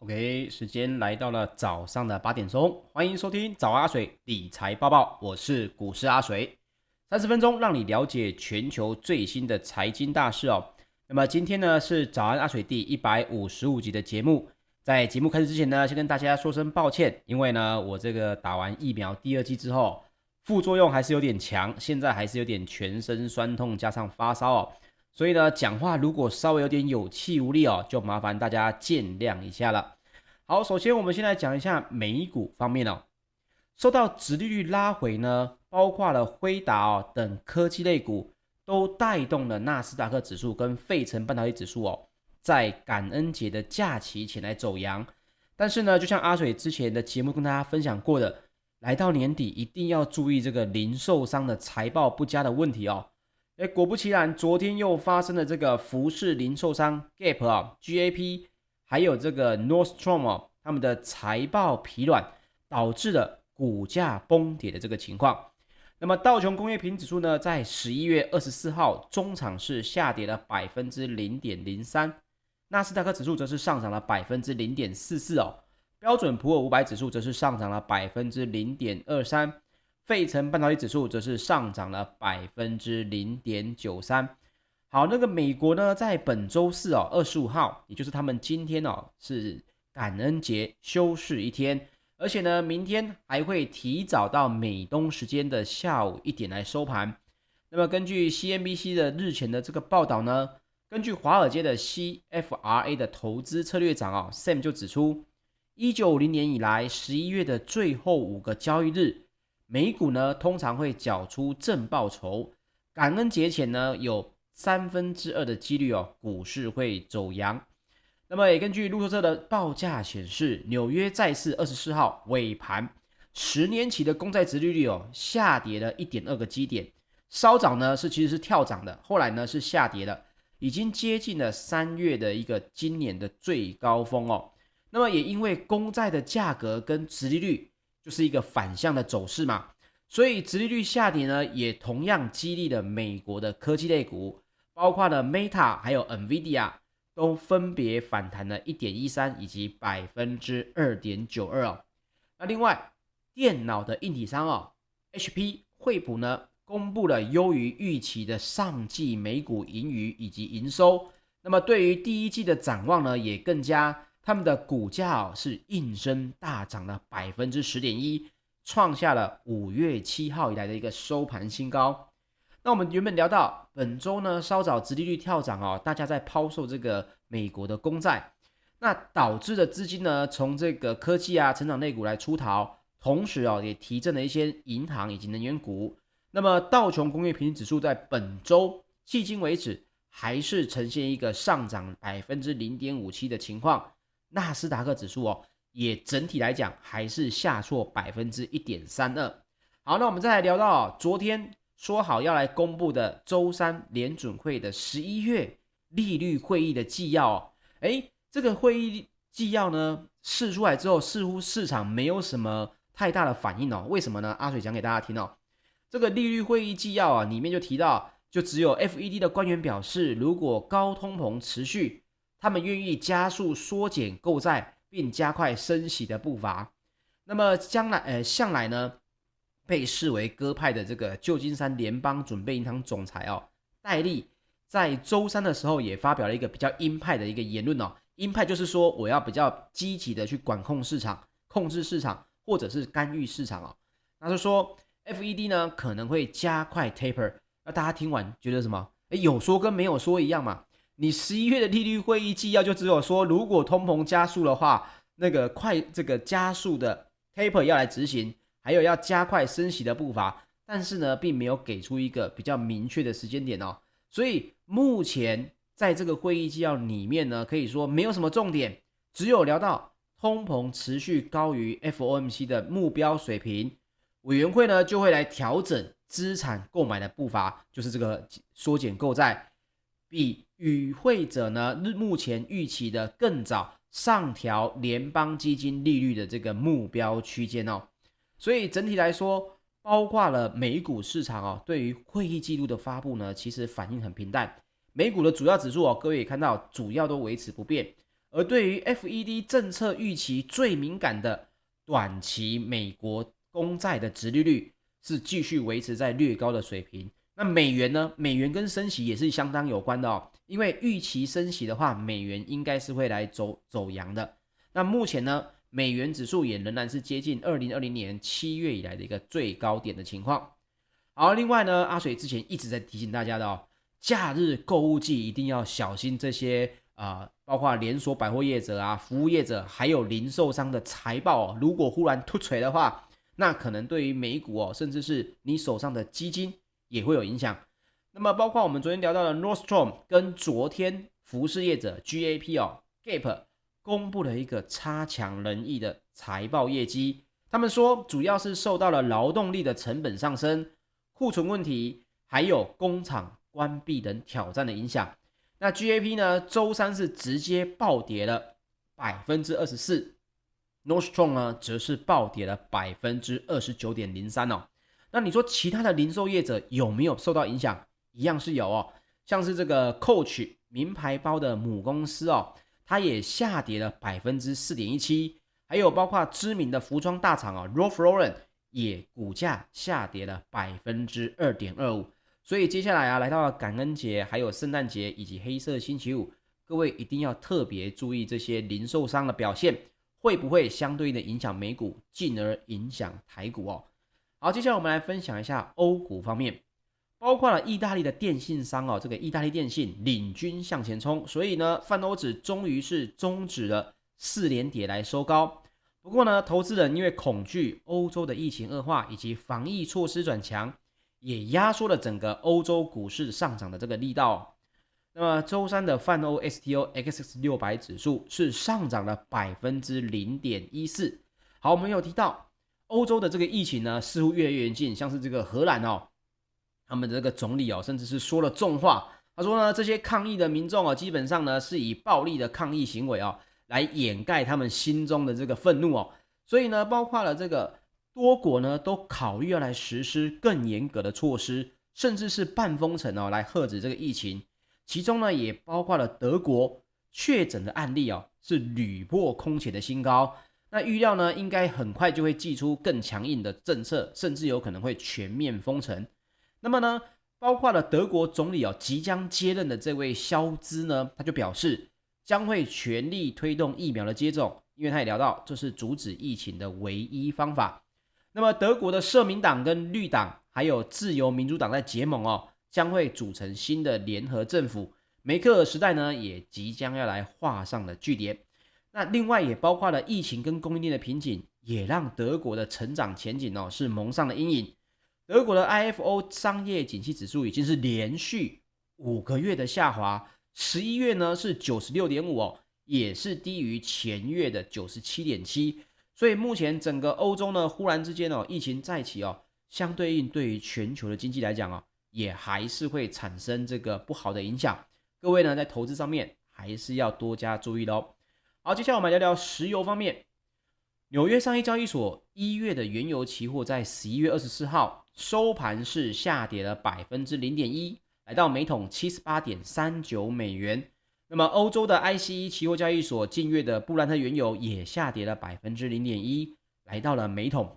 OK，时间来到了早上的8点钟，欢迎收听早阿水理财报报，我是股市阿水，30分钟让你了解全球最新的财经大事哦。那么今天呢是早安阿水第155集的节目，在节目开始之前呢，先跟大家说声抱歉，因为呢我这个打完疫苗第2剂之后，副作用还是有点强，现在还是有点全身酸痛加上发烧哦。所以呢，讲话如果稍微有点有气无力哦，就麻烦大家见谅一下了。好，首先我们先来讲一下美股方面哦，受到殖利率拉回呢，包括了辉达等科技类股都带动了纳斯达克指数跟费城半导体指数在感恩节的假期前来走阳。但是呢，就像阿水之前的节目跟大家分享过的，来到年底一定要注意这个零售商的财报不佳的问题哦。果不其然，昨天又发生了这个服饰零售商 GAP 还有这个 Nordstrom 他们的财报疲软，导致了股价崩跌的这个情况。那么道琼工业平指数呢，在11月24号中场是下跌了 0.03%， 纳斯达克指数则是上涨了 0.44% 哦，标准普尔500指数则是上涨了 0.23%，费城半导体指数则是上涨了 0.93%。 好，那个美国呢，在本周四25号，也就是他们今天是感恩节休市一天，而且呢，明天还会提早到美东时间的下午1点来收盘。那么根据 CNBC 的日前的这个报道呢，根据华尔街的 CFRA 的投资策略长Sam 就指出，1950年以来11月的最后5个交易日，美股呢通常会缴出正报酬，感恩节前呢有2/3的几率股市会走阳。那么也根据路透社的报价显示，纽约债市24号尾盘10年期的公债殖利率下跌了 1.2 个基点，稍早呢其实是跳涨的，后来呢是下跌了，已经接近了3月的一个今年的最高峰哦。那么也因为公债的价格跟殖利率就是一个反向的走势嘛，所以殖利率下跌呢，也同样激励了美国的科技类股，包括了 Meta 还有 Nvidia 都分别反弹了 1.13% 以及 2.92% 哦。那另外电脑的硬体商HP 惠普呢公布了优于预期的上季每股盈余以及营收，那么对于第一季的展望呢也更加，他们的股价是应声大涨了 10.1%， 创下了5月7号以来的一个收盘新高。那我们原本聊到本周呢稍早殖利率跳涨大家在抛售这个美国的公债，那导致的资金呢从这个科技成长类股来出逃，同时也提振了一些银行以及能源股。那么道琼工业平均指数在本周迄今为止还是呈现一个上涨 0.57% 的情况，纳斯达克指数也整体来讲还是下挫 1.32%。 好，那我们再来聊到昨天说好要来公布的周三联准会的11月利率会议的纪要这个会议纪要呢释出来之后，似乎市场没有什么太大的反应为什么呢？阿水讲给大家听这个利率会议纪要里面就提到，就只有 FED 的官员表示，如果高通膨持续，他们愿意加速缩减购债并加快升息的步伐。那么向来呢被视为鸽派的这个旧金山联邦准备银行总裁戴利，在周三的时候也发表了一个比较鹰派的一个言论鹰派就是说我要比较积极的去管控市场、控制市场或者是干预市场他就说 FED 呢可能会加快 taper。 那大家听完觉得什么？有说跟没有说一样嘛。你11月的利率会议纪要就只有说，如果通膨加速的话，那个这个加速的 taper 要来执行，还有要加快升息的步伐，但是呢，并没有给出一个比较明确的时间点所以目前在这个会议纪要里面呢，可以说没有什么重点，只有聊到通膨持续高于 FOMC 的目标水平，委员会呢就会来调整资产购买的步伐，就是这个缩减购债，比与会者呢目前预期的更早上调联邦基金利率的这个目标区间所以整体来说，包括了美股市场对于会议记录的发布呢，其实反应很平淡。美股的主要指数各位也看到，主要都维持不变， 而对于 FED 政策预期最敏感的短期美国公债的殖利率是继续维持在略高的水平。那美元呢？美元跟升息也是相当有关的哦，因为预期升息的话，美元应该是会来走阳的。那目前呢，美元指数也仍然是接近2020年7月以来的一个最高点的情况。好，另外呢，阿水之前一直在提醒大家的哦，假日购物季一定要小心这些包括连锁百货业者啊、服务业者，还有零售商的财报哦，如果忽然突锤的话，那可能对于美股哦，甚至是你手上的基金也会有影响。那么包括我们昨天聊到的 Nordstrom 跟昨天服饰业者 Gap 公布了一个差强人意的财报业绩，他们说主要是受到了劳动力的成本上升、库存问题，还有工厂关闭等挑战的影响。那 GAP 呢，周三是直接暴跌了 24%， Nordstrom 呢则是暴跌了 29.03% 哦。那你说其他的零售业者有没有受到影响？一样是有哦，像是这个 Coach 名牌包的母公司哦，它也下跌了 4.17%， 还有包括知名的服装大厂哦 Ralph Lauren 也股价下跌了 2.25%。所以接下来来到了感恩节、还有圣诞节以及黑色星期五，各位一定要特别注意这些零售商的表现，会不会相对应的影响美股，进而影响台股哦。好，接下来我们来分享一下欧股方面，包括了意大利的电信商哦，这个意大利电信领军向前冲，所以呢，泛欧指终于是终止了4连跌来收高。不过呢，投资人因为恐惧欧洲的疫情恶化以及防疫措施转强，也压缩了整个欧洲股市上涨的这个力道哦。那么周三的泛欧 STOXX600 指数是上涨了 0.14%。好，我们有提到欧洲的这个疫情呢，似乎越来越严峻，像是这个荷兰哦，他们的这个总理哦，甚至是说了重话。他说呢，这些抗议的民众哦，基本上呢是以暴力的抗议行为哦，来掩盖他们心中的这个愤怒哦。所以呢，包括了这个多国呢，都考虑要来实施更严格的措施，甚至是半封城哦，来遏制这个疫情。其中呢，也包括了德国确诊的案例哦，是屡破空前的新高。那预料呢，应该很快就会祭出更强硬的政策，甚至有可能会全面封城。那么呢，包括了德国总理哦即将接任的这位肖兹呢，他就表示将会全力推动疫苗的接种，因为他也聊到这是阻止疫情的唯一方法。那么德国的社民党跟绿党还有自由民主党在结盟哦，将会组成新的联合政府。梅克尔时代呢，也即将要来画上了句点。那另外也包括了疫情跟供应链的瓶颈，也让德国的成长前景哦是蒙上了阴影。德国的 IFO 商业景气指数已经是连续5个月的下滑，11月呢是 96.5 哦，也是低于前月的 97.7。所以目前整个欧洲呢，忽然之间哦，疫情再起哦，相对应对于全球的经济来讲哦，也还是会产生这个不好的影响。各位呢，在投资上面还是要多加注意的哦。好，接下来我们来聊聊石油方面。纽约商业交易所1月的原油期货在11月24号收盘是下跌了 0.1%， 来到每桶 78.39 美元。那么欧洲的 ICE 期货交易所近月的布兰特原油也下跌了 0.1%， 来到了每桶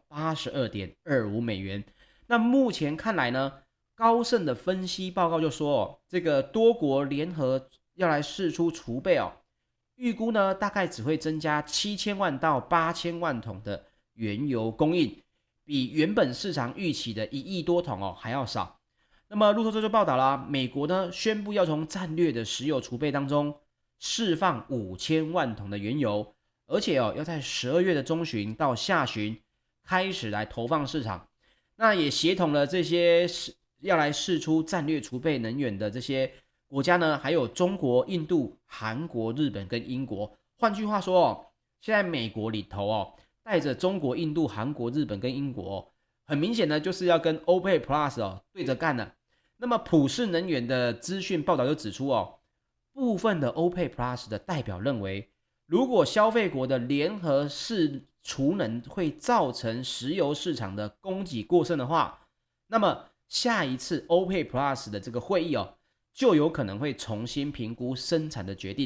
82.25 美元。那目前看来呢，高盛的分析报告就说哦，这个多国联合要来释出储备哦，预估呢大概只会增加7000万到8000万桶的原油供应，比原本市场预期的1亿多桶哦还要少。那么路透社就报道了，美国呢宣布要从战略的石油储备当中释放5000万桶的原油，而且要在12月的中旬到下旬开始来投放市场。那也协同了这些要来释出战略储备能源的这些国家呢，还有中国、印度、韩国、日本跟英国。换句话说哦，现在美国里头哦，带着中国、印度、韩国、日本跟英国哦，很明显的就是要跟 OPEC Plus 哦对着干了。那么普世能源的资讯报道就指出哦，部分的 OPEC Plus 的代表认为，如果消费国的联合释储能会造成石油市场的供给过剩的话，那么下一次 OPEC Plus 的这个会议哦，就有可能会重新评估生产的决定。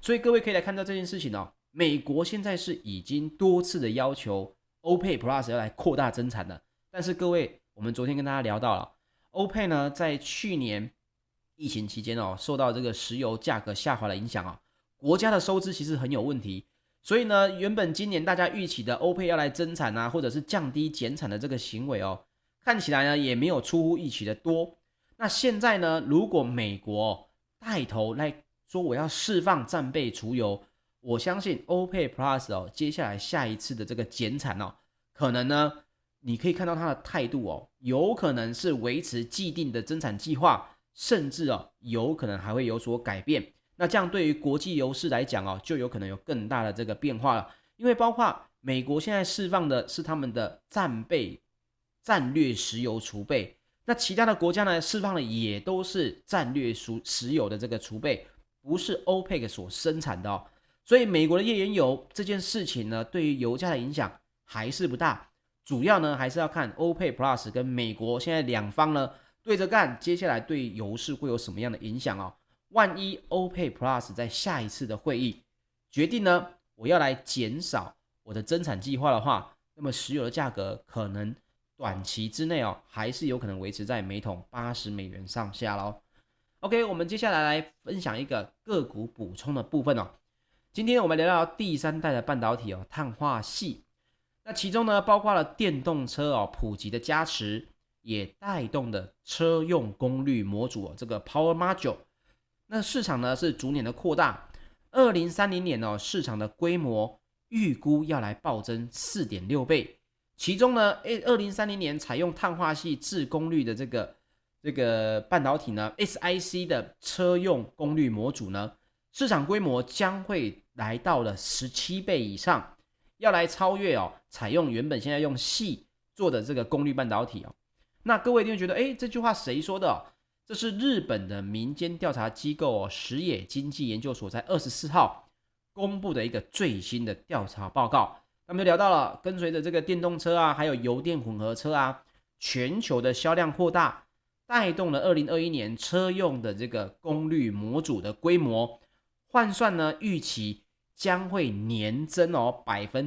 所以各位可以来看到这件事情哦，美国现在是已经多次的要求 OPEC Plus 要来扩大增产了，但是各位，我们昨天跟大家聊到了 OPEC 呢，在去年疫情期间哦，受到这个石油价格下滑的影响哦，国家的收支其实很有问题，所以呢，原本今年大家预期的 OPEC 要来增产啊，或者是降低减产的这个行为哦，看起来呢也没有出乎预期的多。那现在呢，如果美国带头来说我要释放战备储油，我相信 OPEC Plus 哦，接下来下一次的这个减产哦，可能呢，你可以看到它的态度哦，有可能是维持既定的增产计划，甚至哦，有可能还会有所改变。那这样对于国际油市来讲哦，就有可能有更大的这个变化了，因为包括美国现在释放的是他们的战略石油储备，那其他的国家呢释放的也都是战略石油的这个储备，不是 OPEC 所生产的哦。所以美国的页岩油这件事情呢，对于油价的影响还是不大，主要呢还是要看 OPEC Plus 跟美国现在两方呢对着干，接下来对油市会有什么样的影响哦？万一 OPEC Plus 在下一次的会议决定呢，我要来减少我的增产计划的话，那么石油的价格可能短期之内哦，还是有可能维持在每桶$80上下咯。OK， 我们接下来分享一个个股补充的部分哦。今天我们聊到第三代的半导体哦，碳化矽。那其中呢，包括了电动车哦普及的加持，也带动的车用功率模组哦，这个 Power Module。那市场呢是逐年的扩大，2030年哦，市场的规模预估要来暴增4.6倍。其中呢，2030年采用碳化矽制功率的这个半导体呢 ，SiC 的车用功率模组呢，市场规模将会来到了17倍以上，要来超越哦，采用原本现在用矽做的这个功率半导体哦。那各位一定会觉得，这句话谁说的哦？这是日本的民间调查机构哦，石野经济研究所在24号公布的一个最新的调查报告。他们就聊到了，跟随着这个电动车啊，还有油电混合车啊，全球的销量扩大，带动了2021年车用的这个功率模组的规模换算呢，预期将会年增哦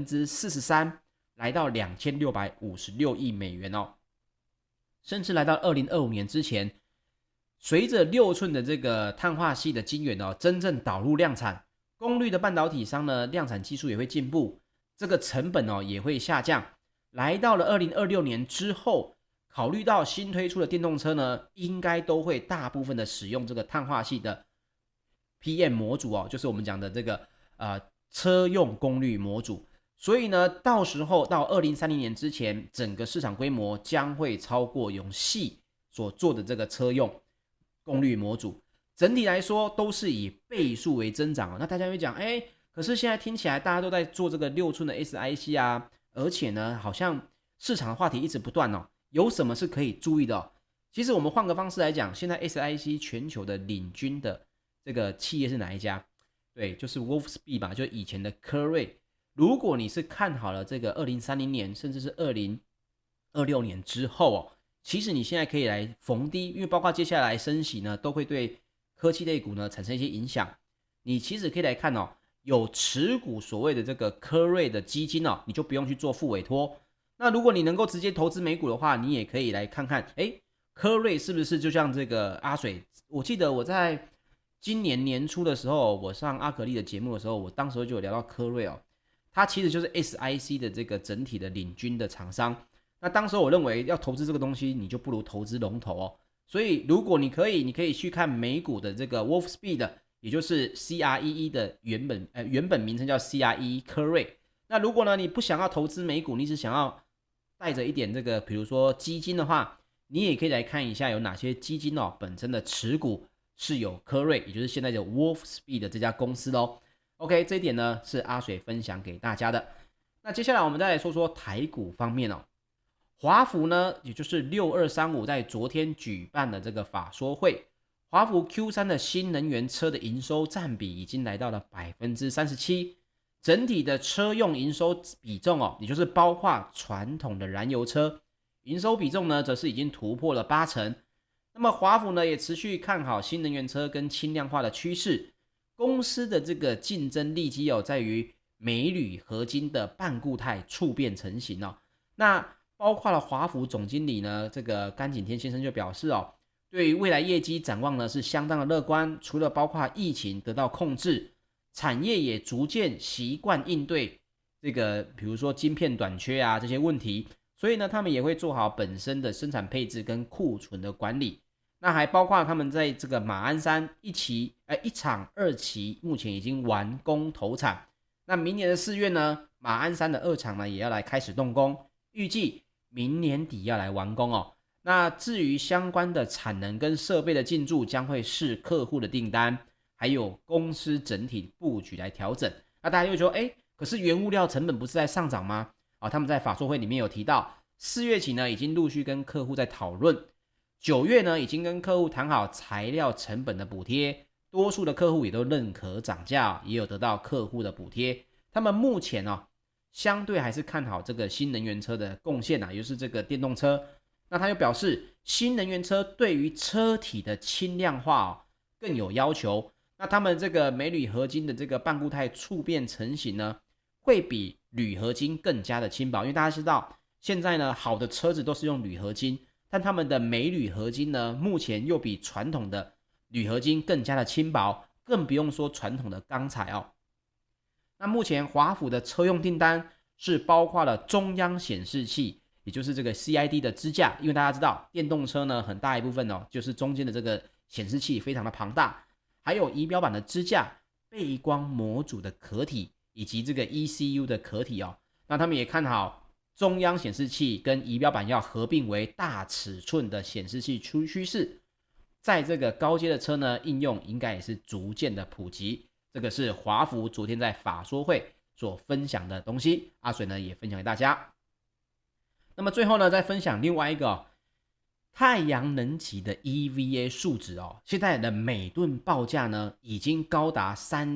43%，来到2656亿美元哦，甚至来到2025年之前。随着6寸的这个碳化矽的晶圆哦，真正导入量产，功率的半导体商呢，量产技术也会进步，这个成本哦也会下降。来到了2026年之后，考虑到新推出的电动车呢，应该都会大部分的使用这个碳化矽的 PM 模组哦，就是我们讲的这个车用功率模组。所以呢，到时候到2030年之前，整个市场规模将会超过用矽所做的这个车用功率模组，整体来说都是以倍数为增长。那大家会讲，可是现在听起来大家都在做这个6寸的 SiC 啊，而且呢，好像市场的话题一直不断哦，有什么是可以注意的哦？其实我们换个方式来讲，现在 SiC 全球的领军的这个企业是哪一家？对，就是 Wolfspeed 吧，就以前的科瑞。如果你是看好了这个2030年，甚至是2026年之后哦，其实你现在可以来逢低，因为包括接下来升息呢，都会对科技类股呢产生一些影响。你其实可以来看哦，有持股所谓的这个科瑞的基金哦，你就不用去做副委托。那如果你能够直接投资美股的话，你也可以来看看，科瑞是不是就像这个阿水？我记得我在今年年初的时候，我上阿可力的节目的时候，我当时就有聊到科瑞哦，它其实就是 SiC 的这个整体的领军的厂商。那当时我认为要投资这个东西，你就不如投资龙头哦。所以如果你可以去看美股的这个 Wolfspeed， 也就是 CREE 的原本名称叫 CREE 科瑞。那如果呢你不想要投资美股，你只想要带着一点这个比如说基金的话，你也可以来看一下有哪些基金哦本身的持股是有科瑞，也就是现在的 Wolfspeed 这家公司咯。OK， 这一点呢是阿水分享给大家的。那接下来我们再来说说台股方面哦。华孚呢，也就是6235在昨天举办的这个法说会，华孚 Q3 的新能源车的营收占比已经来到了 37%， 整体的车用营收比重哦，也就是包括传统的燃油车营收比重呢，则是已经突破了80%。那么华孚呢，也持续看好新能源车跟轻量化的趋势， 公司的这个竞争利基在于镁铝合金的半固态触变成型那包括了华孚总经理呢，这个甘景天先生就表示对于未来业绩展望呢是相当的乐观，除了包括疫情得到控制，产业也逐渐习惯应对这个比如说晶片短缺这些问题，所以呢他们也会做好本身的生产配置跟库存的管理。那还包括他们在这个马鞍山一厂2期目前已经完工投产，那明年的4月呢，马鞍山的2厂呢也要来开始动工，预计明年底要来完工那至于相关的产能跟设备的进驻，将会视客户的订单还有公司整体布局来调整。那大家就说可是原物料成本不是在上涨吗？他们在法说会里面有提到4月起呢已经陆续跟客户在讨论，9月呢已经跟客户谈好材料成本的补贴，多数的客户也都认可涨价，也有得到客户的补贴。他们目前相对还是看好这个新能源车的贡献也就是这个电动车。那他又表示，新能源车对于车体的轻量化更有要求。那他们这个镁铝合金的这个半固态触变成型呢，会比铝合金更加的轻薄，因为大家知道现在呢好的车子都是用铝合金，但他们的镁铝合金呢，目前又比传统的铝合金更加的轻薄，更不用说传统的钢材那目前华孚的车用订单是包括了中央显示器，也就是这个 CID 的支架，因为大家知道电动车呢很大一部分就是中间的这个显示器非常的庞大，还有仪表板的支架、背光模组的壳体以及这个 ECU 的壳体那他们也看好中央显示器跟仪表板要合并为大尺寸的显示器趋势，在这个高阶的车呢应用应该也是逐渐的普及。这个是华孚昨天在法说会所分享的东西，阿水呢也分享给大家。那么最后呢再分享另外一个太阳能级的 EVA 数值现在的每吨报价呢已经高达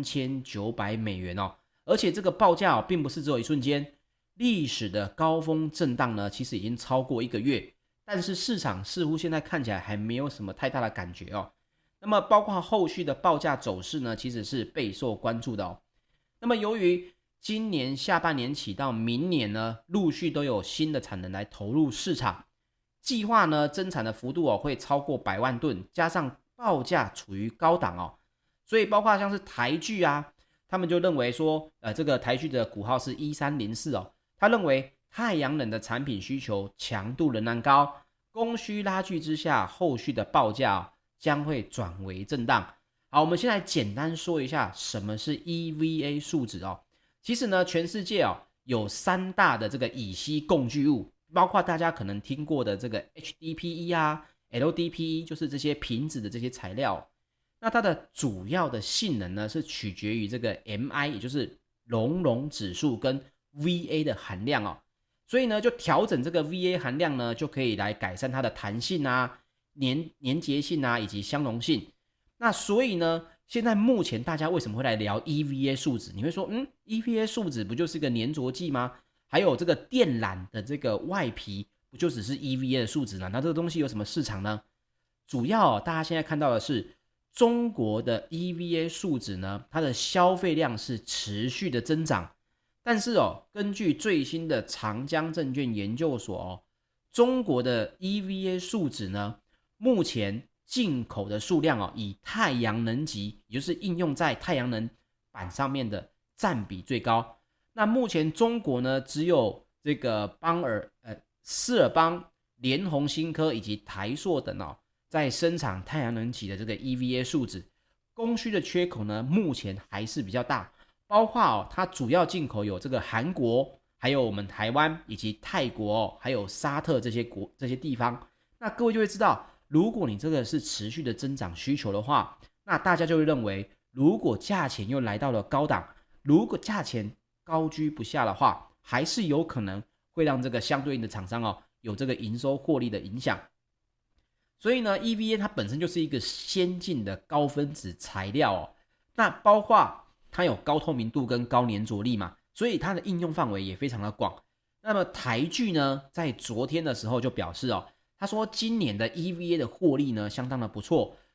$3900而且这个报价并不是只有一瞬间，历史的高峰震荡呢其实已经超过1个月，但是市场似乎现在看起来还没有什么太大的感觉那么包括后续的报价走势呢其实是备受关注的那么由于今年下半年起到明年呢陆续都有新的产能来投入市场，计划呢增产的幅度会超过100万吨，加上报价处于高档所以包括像是台聚他们就认为说这个台聚的股号是1304他认为太阳能的产品需求强度仍然高，供需拉锯之下，后续的报价将会转为震荡。好，我们先来简单说一下什么是 EVA 数值其实呢全世界有3大的这个乙烯共聚物，包括大家可能听过的这个 HDPE LDPE 就是这些瓶子的这些材料，那它的主要的性能呢是取决于这个 MI 也就是熔融指数跟 VA 的含量所以呢就调整这个 VA 含量呢就可以来改善它的弹性粘结性以及相容性。那所以呢现在目前大家为什么会来聊 EVA 数值？你会说EVA 数值不就是个粘着剂吗？还有这个电缆的这个外皮不就只是 EVA 的数值呢？那这个东西有什么市场呢？主要大家现在看到的是中国的 EVA 数值呢，它的消费量是持续的增长，但是根据最新的长江证券研究所中国的 EVA 数值呢，目前进口的数量以太阳能级，也就是应用在太阳能板上面的占比最高。那目前中国呢，只有这个斯尔邦、联宏新科以及台塑等在生产太阳能级的这个 EVA 数值，供需的缺口呢，目前还是比较大。包括它主要进口有这个韩国，还有我们台湾以及泰国还有沙特这些地方。那各位就会知道，如果你这个是持续的增长需求的话，那大家就会认为，如果价钱又来到了高档，如果价钱高居不下的话，还是有可能会让这个相对应的厂商有这个营收获利的影响。所以呢 EVA 它本身就是一个先进的高分子材料那包括它有高透明度跟高粘着力嘛，所以它的应用范围也非常的广。那么台聚呢在昨天的时候就表示他说今年的 EVA 的获利呢相当的不错，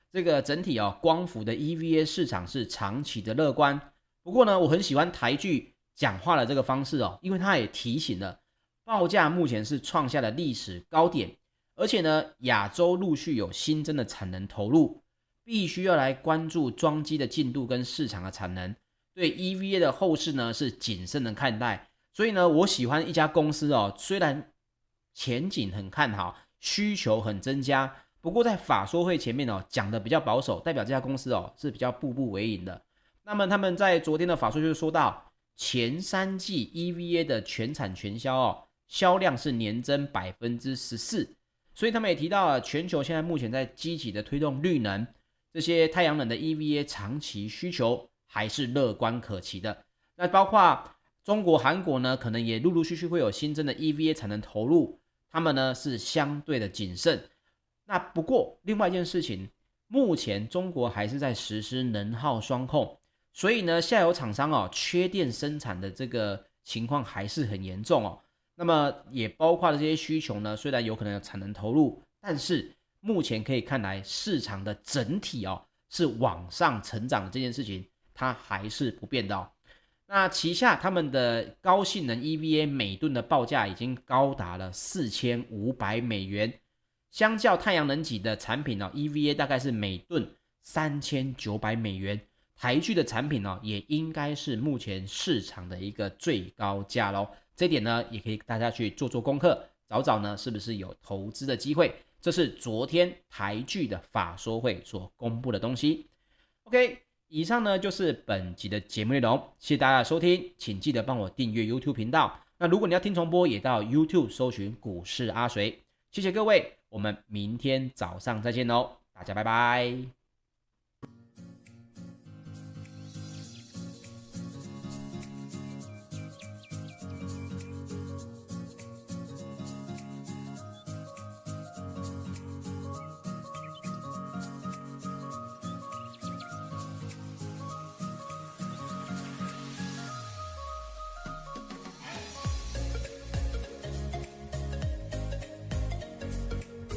这个整体光伏的 EVA 市场是长期的乐观。不过呢，我很喜欢台剧讲话的这个方式因为它也提醒了报价目前是创下了历史高点，而且呢，亚洲陆续有新增的产能投入，必须要来关注装机的进度跟市场的产能。对 EVA 的后市呢是谨慎的看待，所以呢，我喜欢一家公司虽然前景很看好，需求很增加，不过在法说会前面讲的比较保守，代表这家公司是比较步步为营的。那么他们在昨天的法说就说到，前3季 EVA 的全产全销销量是年增 14%， 所以他们也提到了全球现在目前在积极的推动绿能，这些太阳能的 EVA 长期需求还是乐观可期的。那包括中国、韩国呢，可能也陆陆续续会有新增的 EVA 产能投入，他们呢是相对的谨慎。那不过另外一件事情，目前中国还是在实施能耗双控，所以呢，下游厂商缺电生产的这个情况还是很严重那么也包括了这些需求呢，虽然有可能有产能投入，但是目前可以看来市场的整体是往上成长的这件事情，它还是不变的那旗下他们的高性能 EVA 每吨的报价已经高达了$4500，相较太阳能级的产品EVA 大概是每吨$3900，台剧的产品也应该是目前市场的一个最高价咯。这点呢也可以大家去做做功课，找找呢是不是有投资的机会。这是昨天台剧的法说会所公布的东西。 OK， 以上呢就是本集的节目内容，谢谢大家的收听，请记得帮我订阅 YouTube 频道。那如果你要听重播，也到 YouTube 搜寻股市阿水。谢谢各位，我们明天早上再见咯，大家拜拜。